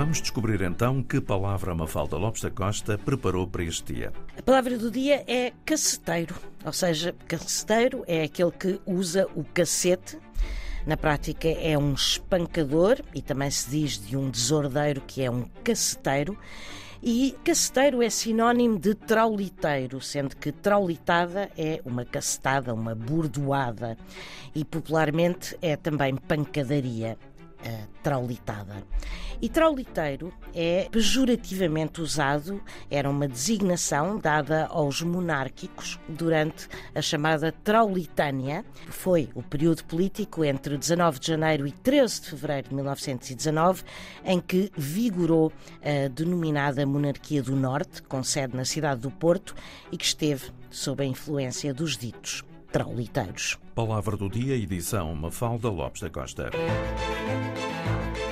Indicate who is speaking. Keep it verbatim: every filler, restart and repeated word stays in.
Speaker 1: Vamos descobrir então que palavra Mafalda Lopes da Costa preparou para este dia.
Speaker 2: A palavra do dia é caceteiro, ou seja, caceteiro é aquele que usa o cacete. Na prática é um espancador e também se diz de um desordeiro que é um caceteiro. E caceteiro é sinónimo de trauliteiro, sendo que traulitada é uma cacetada, uma bordoada. E popularmente é também pancadaria. Uh, traulitada. E trauliteiro é pejorativamente usado, era uma designação dada aos monárquicos durante a chamada Traulitânia. Foi o período político entre dezanove de janeiro e treze de fevereiro de mil novecentos e dezanove, em que vigorou a denominada Monarquia do Norte, com sede na cidade do Porto, e que esteve sob a influência dos ditos trauliteiros.
Speaker 1: Palavra do dia, edição Mafalda Lopes da Costa.